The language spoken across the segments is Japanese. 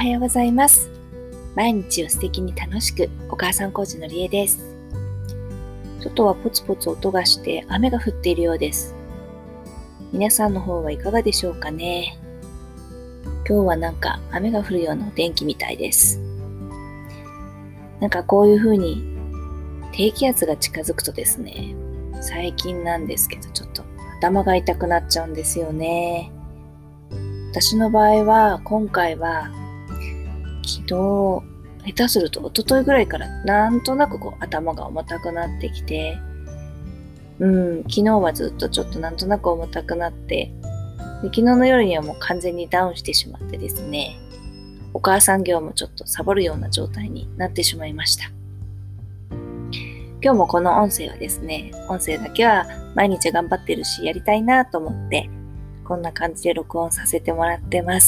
はようございます。毎日を素敵に楽しく、お母さんコーチのりえです。外はポツポツ音がして雨が降っているようです。皆さんの方はいかがでしょうかね。今日はなんか雨が降るようなお天気みたいです。なんかこういう風に低気圧が近づくとですね、最近なんですけどちょっと頭が痛くなっちゃうんですよね。私の場合は今回は昨日、下手すると一昨日ぐらいからなんとなく頭が重たくなってきて、昨日はずっとちょっとなんとなく重たくなって、で昨日の夜にはもう完全にダウンしてしまってですね、お母さん業もちょっとサボるような状態になってしまいました。今日もこの音声はですね、音声だけは毎日頑張ってるしやりたいなと思って、こんな感じで録音させてもらってます。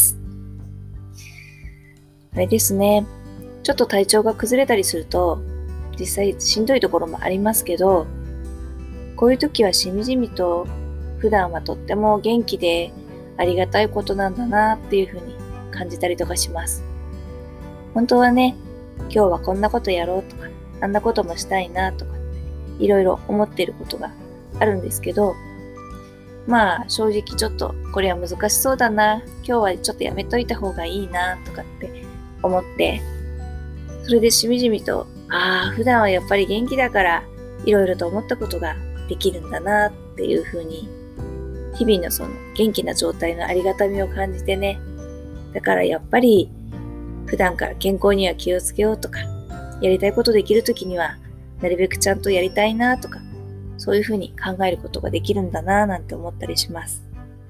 あれですね、ちょっと体調が崩れたりすると実際しんどいところもありますけど、こういう時はしみじみと普段はとっても元気でありがたいことなんだなっていうふうに感じたりとかします。本当はね、今日はこんなことやろうとかあんなこともしたいなとかいろいろ思っていることがあるんですけど、正直ちょっとこれは難しそうだな、今日はちょっとやめといた方がいいなとかって思って、それでしみじみと普段はやっぱり元気だからいろいろと思ったことができるんだなっていうふうに、日々のその元気な状態のありがたみを感じてね、だからやっぱり普段から健康には気をつけようとか、やりたいことできるときにはなるべくちゃんとやりたいなとか、そういうふうに考えることができるんだななんて思ったりします。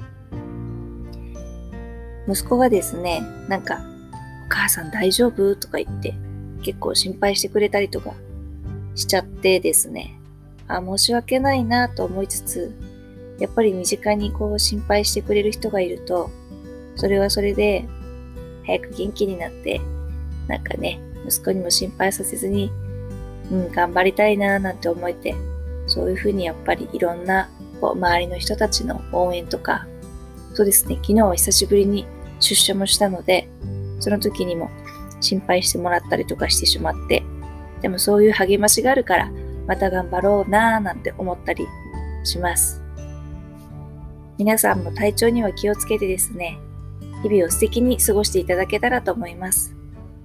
息子がですね、なんかお母さん大丈夫とか言って結構心配してくれたりとかしちゃってですね、申し訳ないなと思いつつ、やっぱり身近に心配してくれる人がいると、それはそれで早く元気になって、なんかね、息子にも心配させずに、頑張りたいななんて思えて、そういうふうにやっぱりいろんな周りの人たちの応援とか、そうですね、昨日は久しぶりに出社もしたので、その時にも心配してもらったりとかしてしまって、でもそういう励ましがあるからまた頑張ろうなーなんて思ったりします。皆さんも体調には気をつけてですね、日々を素敵に過ごしていただけたらと思います。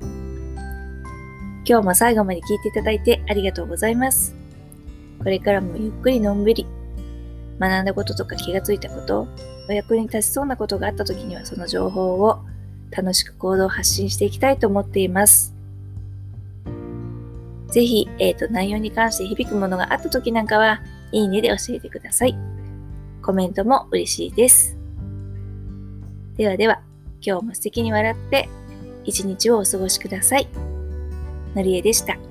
今日も最後まで聞いていただいてありがとうございます。これからもゆっくりのんびり学んだこととか気がついたこと、お役に立ちそうなことがあった時にはその情報を楽しく行動発信していきたいと思っています。ぜひ、内容に関して響くものがあった時なんかは、いいねで教えてください。コメントも嬉しいです。ではでは、今日も素敵に笑って一日をお過ごしください。のりえでした。